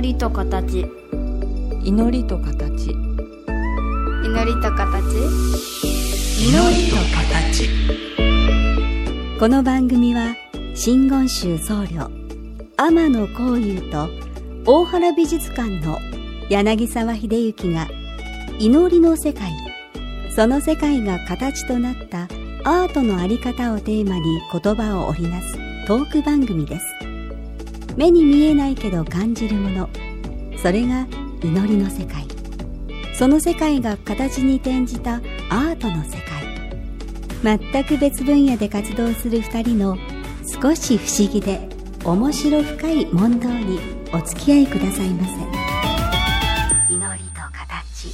祈りと形、 祈りと形、 祈りと形、 祈りと形。 この番組は真言宗僧侶天野幸雄と大原美術館の柳沢秀行が祈りの世界、その世界が形となったアートのあり方をテーマに言葉を織りなすトーク番組です。目に見えないけど感じるもの、それが祈りの世界。その世界が形に転じたアートの世界。全く別分野で活動する二人の少し不思議で面白深い問答にお付き合いくださいませ。祈りと形。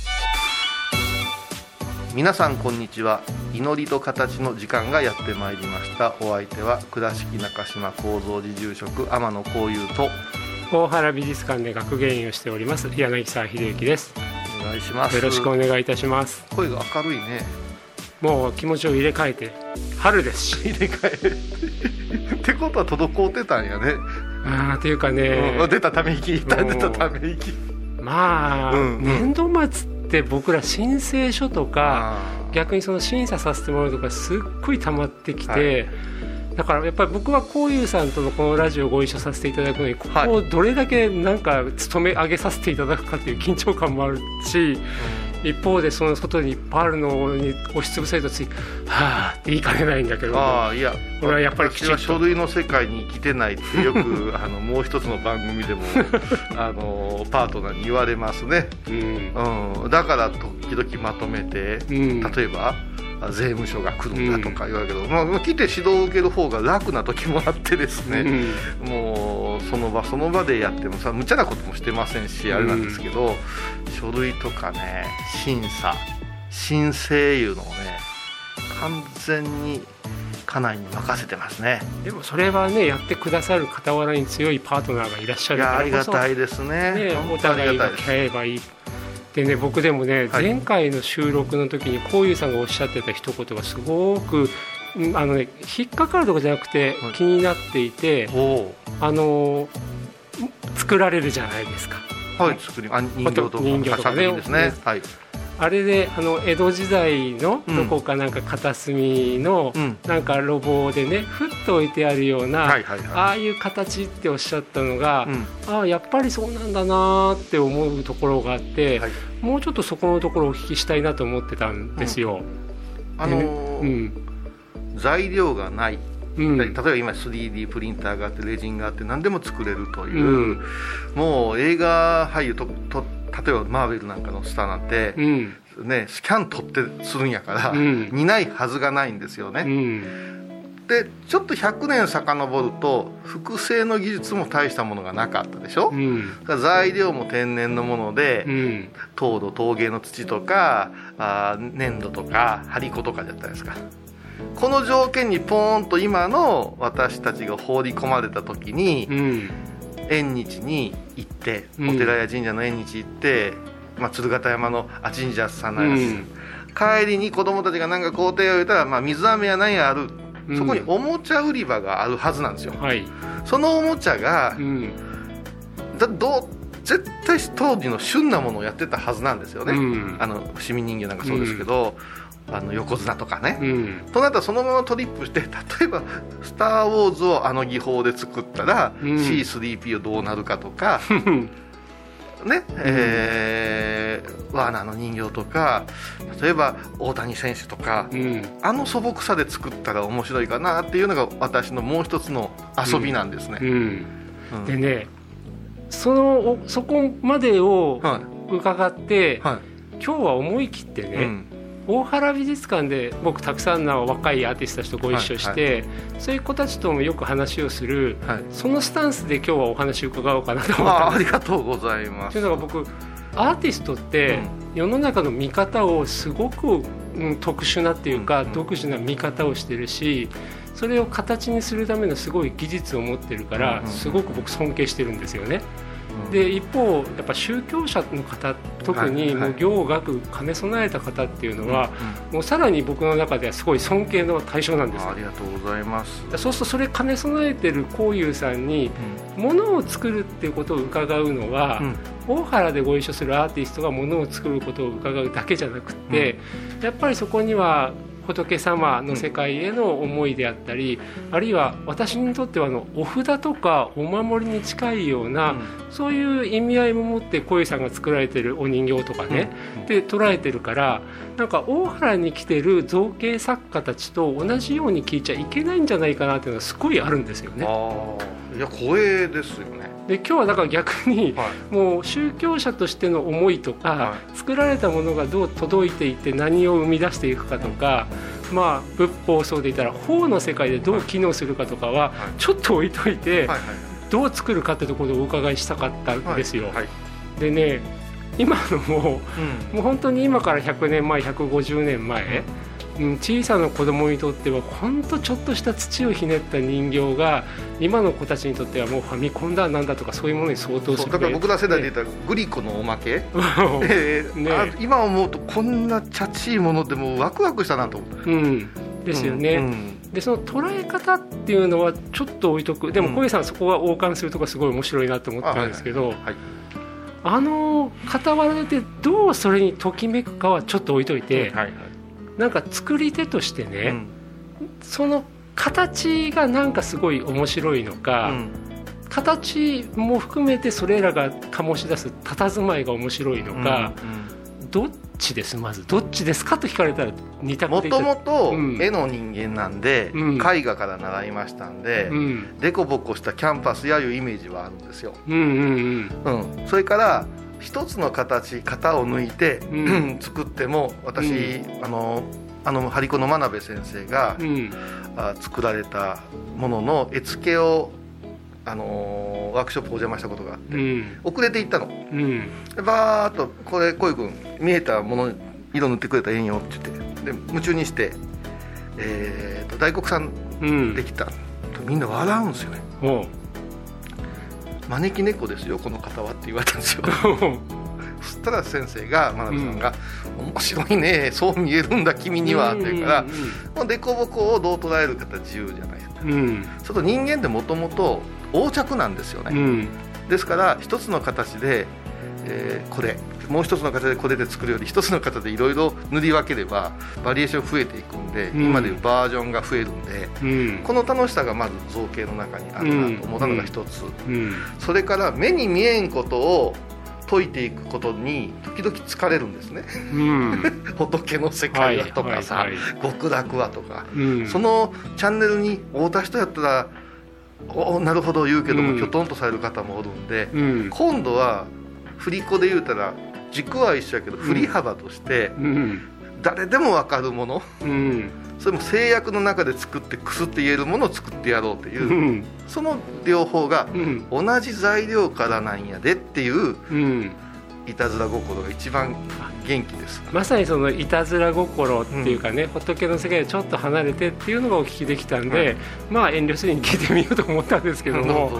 皆さんこんにちは。祈りと形の時間がやってまいりました。お相手は倉敷中島幸三寺住職天野幸雄と大原美術館で学芸員をしております柳沢秀行です。 お願いします。 よろしくお願いいたします。 声が明るいね。 もう気持ちを入れ替えて春ですし入れ替えってことは滞ってたんやね。 っていうかね、 出たため息、出たため息。 まあ、年度末って僕ら申請書とか逆にその審査させてもらうとかすっごい溜まってきて、だからやっぱり僕は幸雄さんとのこのラジオをご一緒させていただくのにここをどれだけなんか務め上げさせていただくかという緊張感もあるし、一方でその外にいっぱいあるのに押しつぶされたついはぁって言いかねないんだけど、 いやこれはやっぱりきちっと私は書類の世界に生きてないってよくもう一つの番組でもパートナーに言われますね。だから時々まとめて、例えば税務署が来るんだとか言われるけど、来て指導を受ける方が楽な時もあってですね、もうその場その場でやってもさ、無茶なこともしてませんしあれなんですけど、書類とかね、審査申請いうのをね完全に家内に任せてますね。 でもそれはね、やってくださる傍らに強いパートナーがいらっしゃるからこそ、 いやありがたいですね。 お互いが気合えばいいでね。僕でもね、前回の収録の時に幸雄さんがおっしゃってた一言がすごく引っかかるところじゃなくて気になっていて、作られるじゃないですか。 作り人形とか作品ですね。 あれで江戸時代のどこかなんか片隅のなんか路傍でね、ふっと置いてあるようなああいう形っておっしゃったのが、やっぱりそうなんだなって思うところがあって、もうちょっとそこのところをお聞きしたいなと思ってたんですよ。 材料がない、例えば今 3D プリンターがあってレジンがあって何でも作れるという、もう映画俳優と例えばマーベルなんかのスターなんて、スキャン取ってするんやから、似ないはずがないんですよね。でちょっと100年遡ると複製の技術も大したものがなかったでしょ。材料も天然のもので、陶芸の土とか粘土とか張り子とかだったんですか。この条件にポーンと今の私たちが放り込まれた時に、縁日に行って、お寺や神社の縁日行って、鶴形山の神社さんなんです、帰りに子供たちが何か工程を言ったら、水飴や何やある、そこにおもちゃ売り場があるはずなんですよ。そのおもちゃが、絶対当時の旬なものをやってたはずなんですよね。伏見人形なんかそうですけど、横綱とかね、となったらそのままトリップして、例えばスター・ウォーズを技法で作ったら、C3P をどうなるかとかね、ワーナーの人形とか、例えば大谷選手とか、素朴さで作ったら面白いかなっていうのが私のもう一つの遊びなんですね。 でね、そこまでを伺って、今日は思い切ってね、大原美術館で僕たくさんの若いアーティストたちとご一緒して、そういう子たちともよく話をする、そのスタンスで今日はお話を伺おうかなと思ってます。 ありがとうございます。 というのが、僕アーティストって世の中の見方をすごく、特殊なっていうか、独自な見方をしてるし、それを形にするためのすごい技術を持ってるから、すごく僕尊敬してるんですよね。 で一方やっぱ宗教者の方、特にもう行学兼ね備えた方っていうのは、もうさらに僕の中ではすごい尊敬の対象なんです。 ありがとうございます。 そうするとそれ兼ね備えてる幸雄さんに物を作るっていうことを伺うのは、大原でご一緒するアーティストが物を作ることを伺うだけじゃなくて、やっぱりそこには仏様の世界への思いであったり、あるいは私にとってはお札とかお守りに近いような、そういう意味合いも持って小遊さんが作られているお人形とかね、で捉えてるから、なんか大原に来てる造形作家たちと同じように聞いちゃいけないんじゃないかなっていうのはすごいあるんですよね。 いや光栄ですよね。 で今日はだから逆に、もう宗教者としての思いとか、作られたものがどう届いていって何を生み出していくかとか、まあ、仏法僧で言ったら法の世界でどう機能するかとかはちょっと置いといて、どう作るかってところをお伺いしたかったんですよ。でね、今のもう本当に今から100年前150年前、小さな子供にとっては本当ちょっとした土をひねった人形が今の子たちにとってはもうファミコンだなんだとかそういうものに相当する。 だから僕ら世代で言ったらグリコのおまけ、今思うとこんなチャチいものでもワクワクしたなと思って、 ですよね。でその捉え方っていうのはちょっと置いとく。でも小遊さんそこは王冠するところすごい面白いなと思ったんですけど、傍らでどうそれにときめくかはちょっと置いといて、なんか作り手としてね、その形がなんかすごい面白いのか、形も含めてそれらが醸し出す佇まいが面白いのか、どっちですまずどっちですかと聞かれたら2択で言っちゃう。 もともと絵の人間なんで、絵画から習いましたんで、デコボコしたキャンパスやいうイメージはあるんですよ。それから一つの型を抜いて、作っても私、張子の真鍋先生が、作られたものの絵付けを、ワークショップお邪魔したことがあって、遅れていったの、バーッとこういう君見えたもの色塗ってくれたらええんよって言って、で夢中にして、大黒さんできた、みんな笑うんですよね。招き猫ですよこの方はって言われたんですよそしたら先生が真鍋さんが、面白いね、そう見えるんだ君にはって言うから、デコボコをどう捉えるかって自由じゃないですか。ちょっと人間ってもともと横着なんですよね。ですから一つの形で、これもう一つの形でこれで作るより一つの形でいろいろ塗り分ければバリエーション増えていくんで、今でいうバージョンが増えるんで、この楽しさがまず造形の中にあるなと思ったのが一つ、それから目に見えんことを解いていくことに時々疲れるんですね、仏の世界はとかさ、極楽はとか、そのチャンネルに会うた人やったらなるほど言うけども、きょとんとされる方もおるんで、今度は振り子で言うたら軸は一緒やけど振り幅として誰でも分かるもの、それも制約の中で作ってくすって言えるものを作ってやろうという、その両方が同じ材料からなんやでっていういたずら心が一番元気です。 まさにそのいたずら心っていうかね、仏の世界でちょっと離れてっていうのがお聞きできたんで、まあ遠慮せずに聞いてみようと思ったんですけども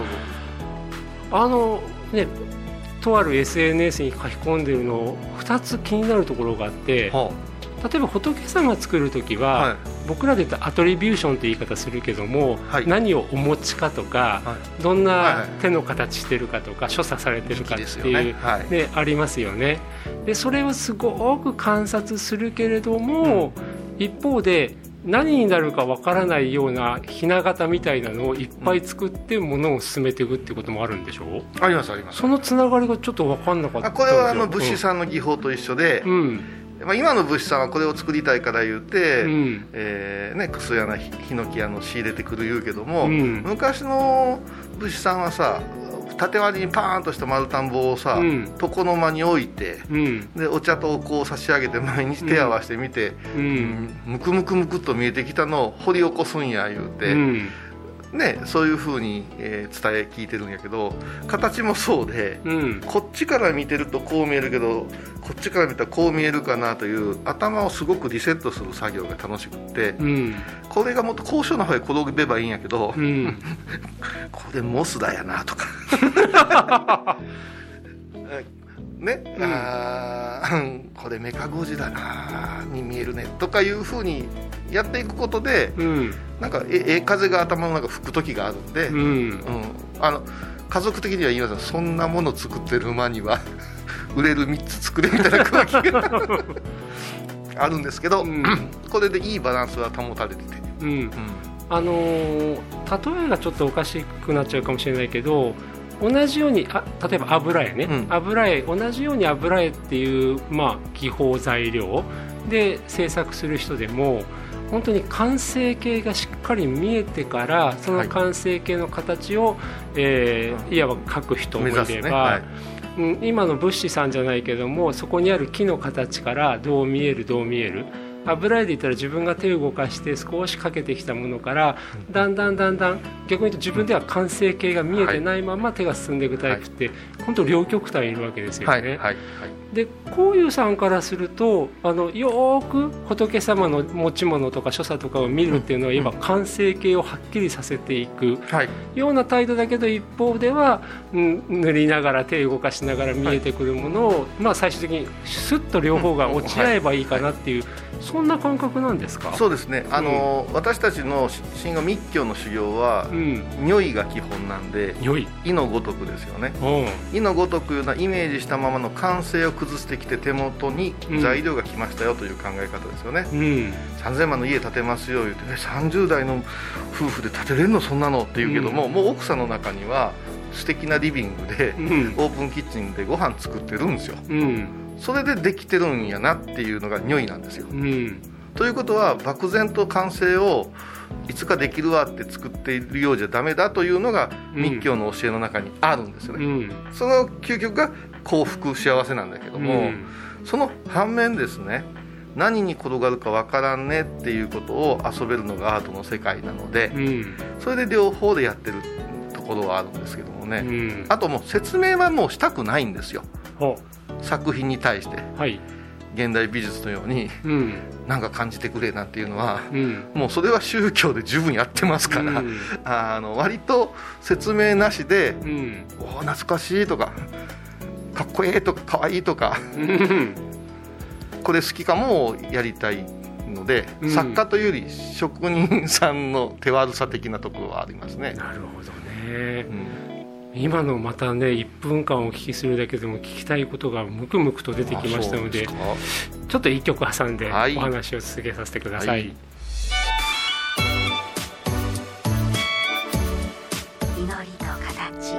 ね、とある SNS に書き込んでるの2つ気になるところがあって、例えば仏様作るときは、僕らで言ったアトリビューションって言い方するけども、何をお持ちかとか、どんな手の形してるかとか、所作されてるかっていう、ありますよね。でそれをすごく観察するけれども、一方で何になるかわからないようなひな形みたいなのをいっぱい作ってものを進めていくっていうこともあるんでしょう？ ありますあります。 そのつながりがちょっと分かんなかったんですよ。 これは仏師さんの技法と一緒で、今の仏師さんはこれを作りたいから言って、クスやなヒノキやの仕入れてくる言うけども、昔の仏師さんはさ、縦割りにパーンとした丸田んぼをさ、床の間に置いて、でお茶とこう差し上げて毎日手合わせてみて、ムクムクムクっと見えてきたのを掘り起こすんや言うて、そういう風に、伝え聞いてるんやけど、形もそうで、こっちから見てるとこう見えるけどこっちから見たらこう見えるかなという頭をすごくリセットする作業が楽しくって、これがもっと高所の方へ転べばいいんやけど、これモスだやなとかね、これメカゴジラなに見えるねとかいう風にやっていくことで、なんか風が頭の中吹く時があるんで、家族的には言いますが、そんなもの作ってる馬には売れる3つ作れみたいな空気があるんですけど、これでいいバランスは保たれてて、例えがちょっとおかしくなっちゃうかもしれないけど、同じように例えば油絵ね、油絵同じように油絵っていう、技法材料で制作する人でも本当に完成形がしっかり見えてからその完成形の形を、いわば描く人もいれば、今の仏師さんじゃないけども、そこにある木の形からどう見える油絵で言ったら自分が手を動かして少しかけてきたものからだんだん逆に言うと自分では完成形が見えてないまま手が進んでいくタイプって本当両極端いるわけですよね。で幸雄さんからするとよーく仏様の持ち物とか所作とかを見るっていうのは今完成形をはっきりさせていくような態度だけど、一方では、塗りながら手を動かしながら見えてくるものを、最終的にスッと両方が落ち合えばいいかなっていう、そんな感覚なんですか？ そうですね、私たちの真言密教の修行は、如意が基本なんで、意のごとくですよね。意のごとくなイメージしたままの完成を崩してきて手元に材料が来ましたよという考え方ですよね。3000万の家建てますよ言って、30代の夫婦で建てれるのそんなのって言うけども、もう奥さんの中には素敵なリビングで、オープンキッチンでご飯作ってるんですよ。それでできてるんやなっていうのが如意なんですよ。ということは漠然と完成をいつかできるわって作っているようじゃダメだというのが密教の教えの中にあるんですよね。その究極が幸福幸せなんだけども、その反面ですね、何に転がるか分からんねっていうことを遊べるのがアートの世界なので、それで両方でやってるところはあるんですけどもね、あともう説明はもうしたくないんですよ。作品に対して、現代美術のように、なんか感じてくれなんていうのは、もうそれは宗教で十分やってますから、割と説明なしで、懐かしいとかかっこいいとかかわいいとかこれ好きかもやりたいので、作家というより職人さんの手悪さ的なところはありますね。 なるほどね。今のまたね1分間お聞きするだけでも聞きたいことがムクムクと出てきましたので、ちょっと1曲挟んでお話を続けさせてください。 祈りと形。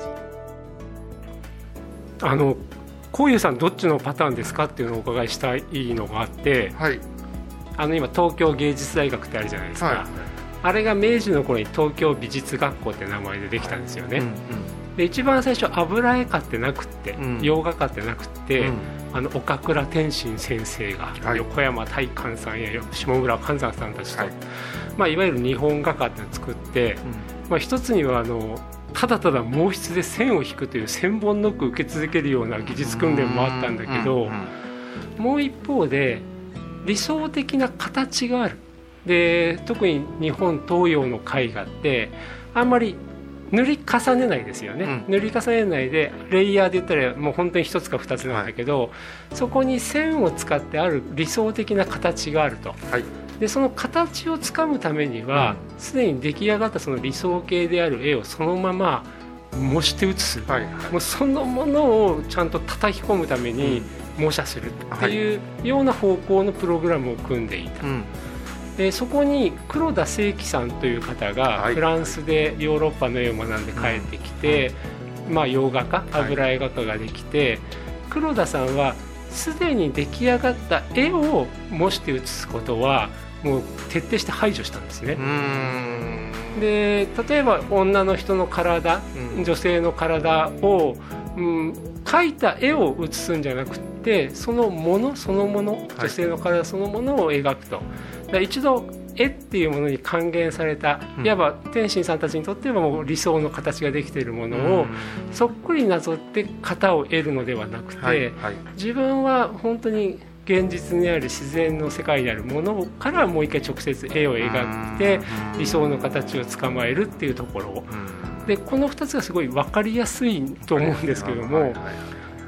幸雄さんどっちのパターンですかっていうのをお伺いしたいのがあって、今東京芸術大学ってあるじゃないですか。あれが明治の頃に東京美術学校って名前でできたんですよね。で一番最初油絵科ってなくって、洋画科ってなくって、岡倉天心先生が、横山大観さんや下村勘山さんたちと、いわゆる日本画科ってのを作って、一つにはただただ毛筆で線を引くという千本ノック受け続けるような技術訓練もあったんだけど、もう一方で理想的な形がある。で特に日本東洋の絵画ってあんまり塗り重ねないですよね。塗り重ねないでレイヤーで言ったらもう本当に一つか二つなんだけど、そこに線を使ってある理想的な形があると。でその形をつかむためにはすでに出来上がったその理想形である絵をそのまま模して写す、もうそのものをちゃんと叩き込むために模写するっていうような方向のプログラムを組んでいた。でそこに黒田清輝さんという方がフランスでヨーロッパの絵を学んで帰ってきて、洋画家油絵画家ができて、黒田さんはすでに出来上がった絵を模して写すことはもう徹底して排除したんですね。で例えば女の人の体、女性の体を、描いた絵を写すんじゃなくて、そのものそのもの、女性の体そのものを描くと。一度絵っていうものに還元された、いわば天心さんたちにとってはもう理想の形ができているものをそっくりなぞって型を得るのではなくて、自分は本当に現実にある自然の世界にあるものからもう一回直接絵を描いて理想の形を捕まえるっていうところで、この2つがすごい分かりやすいと思うんですけども、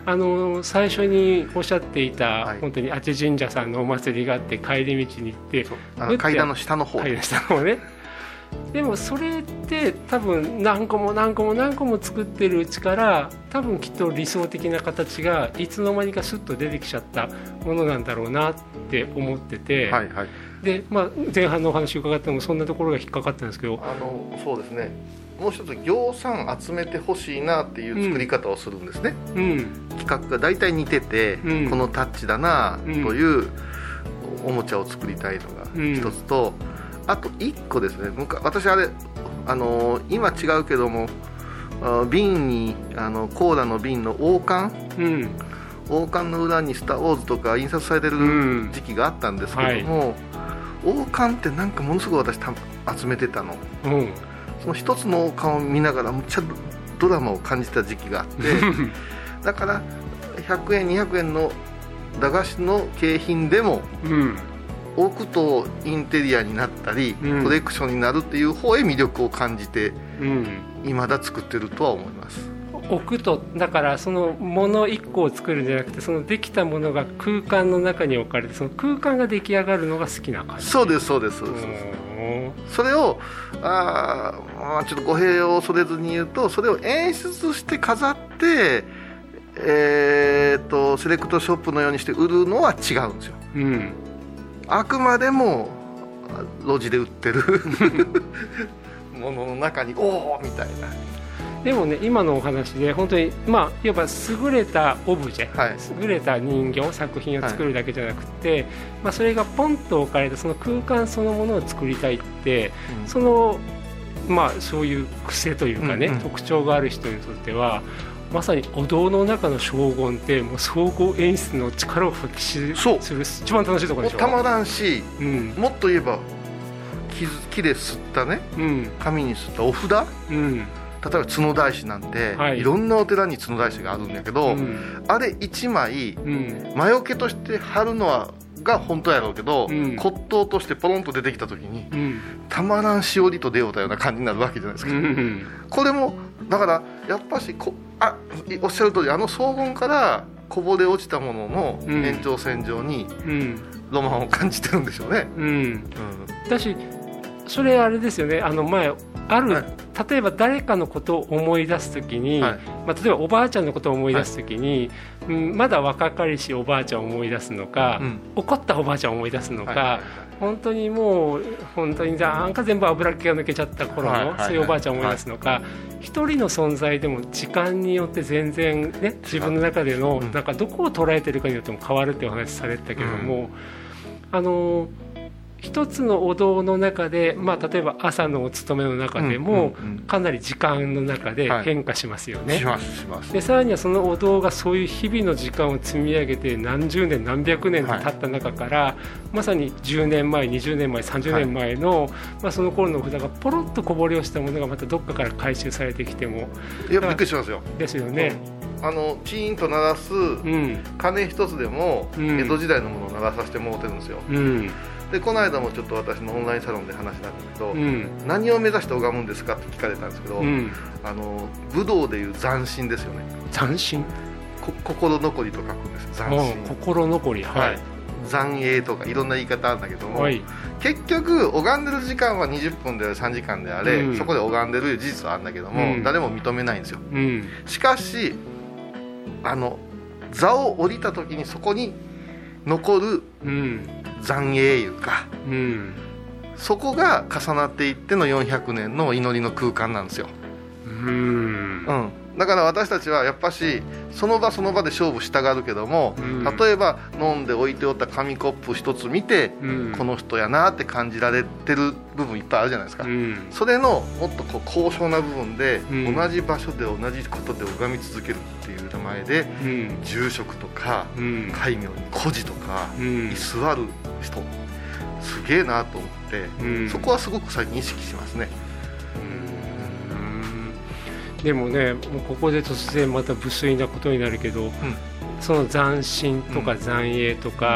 最初におっしゃっていた、本当に阿智神社さんのお祭りがあって帰り道に行って階段の下の方ねでもそれって多分何個も作ってるうちから多分きっと理想的な形がいつの間にかスッと出てきちゃったものなんだろうなって思ってて、で、前半のお話伺ったのもそんなところが引っかかったんですけど、 そうですね、もう一つ業産集めてほしいなっていう作り方をするんですね、企画が大体似てて、このタッチだなというおもちゃを作りたいのが一つと、あと1個ですね、私あれ今違うけども瓶にコーラの瓶の王冠、王冠の裏にスターウォーズとか印刷されてる時期があったんですけども、王冠ってなんかものすごい私集めてたの、その一つの王冠を見ながらむっちゃドラマを感じた時期があってだから100円200円の駄菓子の景品でも、置くとインテリアになったり、コレクションになるっていう方へ魅力を感じて、未だ作ってるとは思います。 置くと、だからそのもの1個を作るんじゃなくて、そのできたものが空間の中に置かれて、その空間が出来上がるのが好きな感じ。 そうです。それをちょっと語弊を恐れずに言うと、それを演出して飾ってセレクトショップのようにして売るのは違うんですよ、あくまでも路地で売ってるものの中におーみたいな。 でもね、今のお話で本当にいわば優れたオブジェ、優れた人形作品を作るだけじゃなくて、それがポンと置かれたその空間そのものを作りたいって、そういう癖というかね、特徴がある人にとってはまさにお堂の中の荘厳ってもう総合演出の力を発揮する一番楽しいところでしょ。 たまらんし、もっと言えば木で吸ったね、紙に吸ったお札、例えば角大師なんて、いろんなお寺に角大師があるんだけど、あれ1枚、魔除けとして貼るのが本当やろうけど、骨董としてポロンと出てきた時に、たまらんしおりと出会うたような感じになるわけじゃないですか、これもだからやっぱしおっしゃる通り、荘厳からこぼれ落ちたものの延長線上にロマンを感じてるんでしょうね、 だしそれあれですよね、前例えば誰かのことを思い出すときに、例えばおばあちゃんのことを思い出すときに、まだ若かりしおばあちゃんを思い出すのか、怒ったおばあちゃんを思い出すのか、本当にもう本当になんか全部油っ気が抜けちゃった頃のそういうおばあちゃんを思い出すのか、一人の存在でも時間によって全然ね、自分の中でのなんかどこを捉えてるかによっても変わるってお話されてたけども、一つのお堂の中で、例えば朝のお勤めの中でも、かなり時間の中で変化しますよね、 しますでさらにはそのお堂がそういう日々の時間を積み上げて何十年何百年と経った中から、まさに10年前20年前30年前の、その頃の札がポロッとこぼれ落ちたものがまたどっかから回収されてきても、 いやびっくりしますよ。 ですよね、 チーンと鳴らす鐘一つでも江戸時代のものを鳴らさせてもらってるんですよ、でこの間もちょっと私のオンラインサロンで話したんですけど、何を目指して拝むんですかって聞かれたんですけど、武道でいう斬新ですよね。 斬新、 心残りと書くんです。斬新、 心残り、 残影とかいろんな言い方あるんだけども、結局拝んでる時間は20分であれ3時間であれ、そこで拝んでる事実はあるんだけども、誰も認めないんですよ、しかし座を降りた時にそこに残る残影いうか、そこが重なっていっての400年の祈りの空間なんですよ、だから私たちはやっぱしその場その場で勝負したがるけども、例えば飲んで置いておった紙コップ一つ見て、この人やなって感じられてる部分いっぱいあるじゃないですか、それのもっと高尚な部分で、同じ場所で同じことで拝み続けるっていう名前で、住職とか、戒名に孤児とか、居座る人すげえなと思って、そこはすごく最近意識しますね。 でもね、もうここで突然また無粋なことになるけど、その斬新とか残影とか、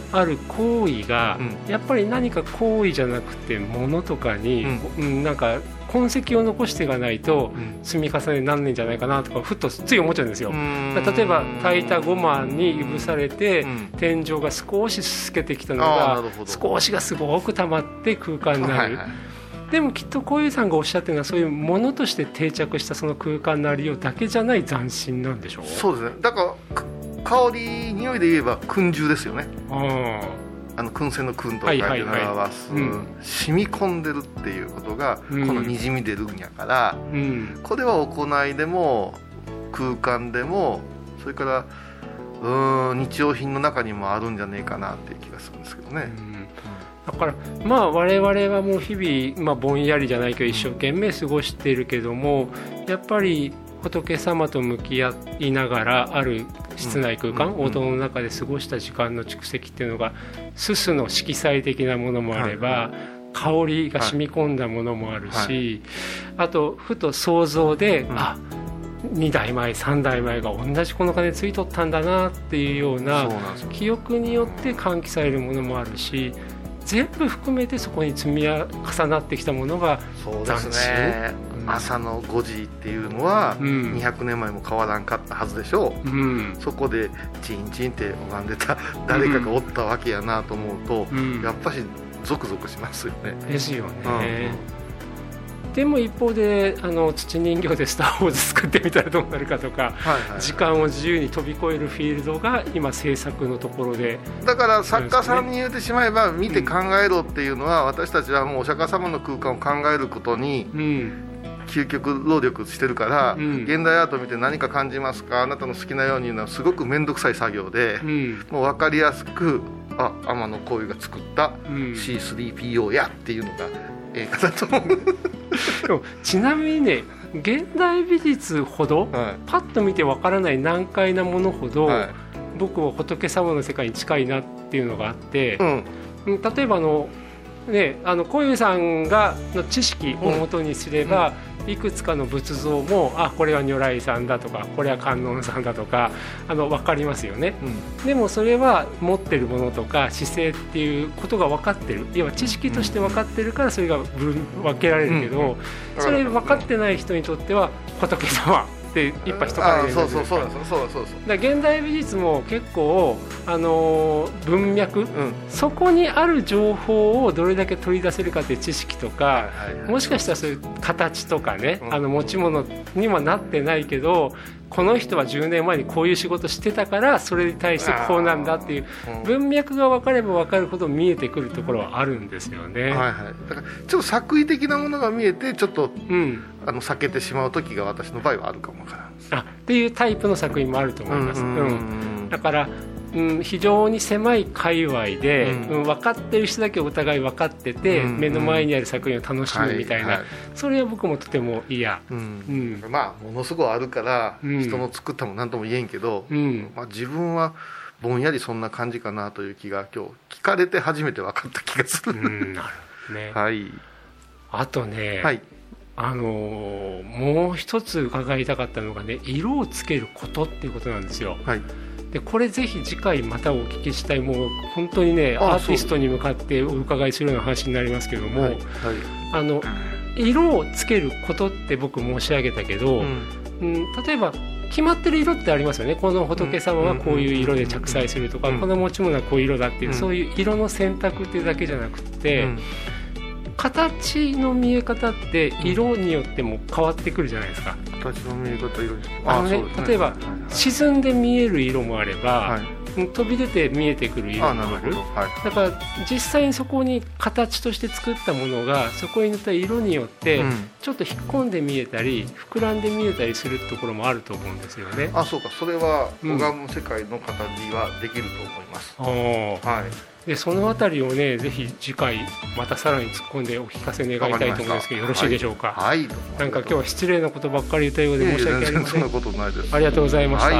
ある行為が、やっぱり何か行為じゃなくて物とかに、なんか痕跡を残していかないと積み重ねになんねんじゃないかなとかふっとつい思っちゃうんですよ。例えば炊いたごまにいぶされて、天井が少し透けてきたのが少しがすごく溜まって空間になる、でもきっとこういうさんがおっしゃってるのはそういうものとして定着したその空間のありようだけじゃない斬新なんでしょう。 そうですね。だから香り匂いで言えば燻重ですよね。燻製の燻と書いて表す、染み込んでるっていうことが、このにじみ出るんやから、これは行いでも空間でもそれから日用品の中にもあるんじゃねえかなっていう気がするんですけどね。 だから我々はもう日々、ぼんやりじゃないけど一生懸命過ごしているけども、やっぱり仏様と向き合いながらある室内空間、お堂の中で過ごした時間の蓄積っていうのがすすの色彩的なものもあれば、香りが染み込んだものもあるし、あとふと想像で、2代前3代前が同じこの鐘ついとったんだなっていうような記憶によって喚起されるものもあるし、全部含めてそこに積み重なってきたものが斬新。そうですね、朝の5時っていうのは200年前も変わらんかったはずでしょう、そこでチンチンって拝んでた誰かがおったわけやなと思うと、やっぱしゾクゾクしますよね。 ですよね、でも一方で土人形でスター・ウォーズ作ってみたらどうなるかとか、時間を自由に飛び越えるフィールドが今制作のところで、 だから作家さんに言ってしまえば見て考えろっていうのは、私たちはもうお釈迦様の空間を考えることに究極労力してるから、現代アートを見て何か感じますか、あなたの好きなように言うのはすごく面倒くさい作業で、もう分かりやすく天野幸雄が作った C3PO やっていうのが映画だと思うでもちなみにね、現代美術ほど、パッと見てわからない難解なものほど、僕は仏様の世界に近いなっていうのがあって、例えば小遊さんがの知識をもとにすれば、いくつかの仏像もこれは如来さんだとかこれは観音さんだとか分かりますよね、でもそれは持ってるものとか姿勢っていうことが分かってる、要は知識として分かってるからそれが分けられるけど、それ分かってない人にとっては仏様って一派一から言うんですよ。現代美術も結構文脈、そこにある情報をどれだけ取り出せるかという知識とか、もしかしたらそういう形とかね、持ち物にはなってないけど、この人は10年前にこういう仕事してたからそれに対してこうなんだっていう文脈が分かれば分かるほど見えてくるところはあるんですよね。 だからちょっと作為的なものが見えてちょっと、避けてしまう時が私の場合はあるかもわからんっていうタイプの作品もあると思います。だから非常に狭い界隈で、分かってる人だけお互い分かってて、目の前にある作品を楽しむみたいな、それは僕もとても嫌、 ものすごいあるから、人の作ったも何とも言えんけど、自分はぼんやりそんな感じかなという気が今日聞かれて初めて分かった気がする。なるほどね。 あとね、もう一つ伺いたかったのがね、色をつけることっていうことなんですよ。でこれぜひ次回またお聞きしたい、もう本当にねアーティストに向かってお伺いするような話になりますけども、色をつけることって僕申し上げたけど、例えば決まってる色ってありますよね。この仏様はこういう色で着彩するとか、この持ち物はこういう色だっていう、そういう色の選択っていうだけじゃなくて、形の見え方って色によっても変わってくるじゃないですか。 形の見え方、色に例えば沈んで見える色もあれば、飛び出て見えてくる色もある。だから実際にそこに形として作ったものがそこに塗った色によってちょっと引っ込んで見えたり膨らんで見えたりするところもあると思うんですよね。 そうか、それは拝む世界の方にはできると思います。 でそのあたりをね、ぜひ次回またさらに突っ込んでお聞かせ願いたいと思うんですけど、よろしいでしょうか。なんか今日は失礼なことばっかり言ったようで申し訳ありません。 そんなことないです。 ありがとうございました。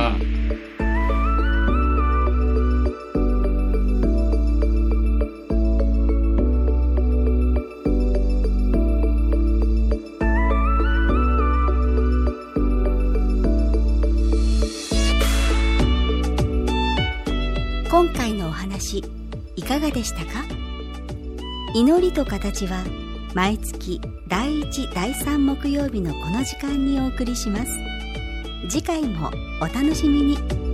今回のお話いかがでしたか？祈りと形は毎月第1、第3木曜日のこの時間にお送りします。次回もお楽しみに。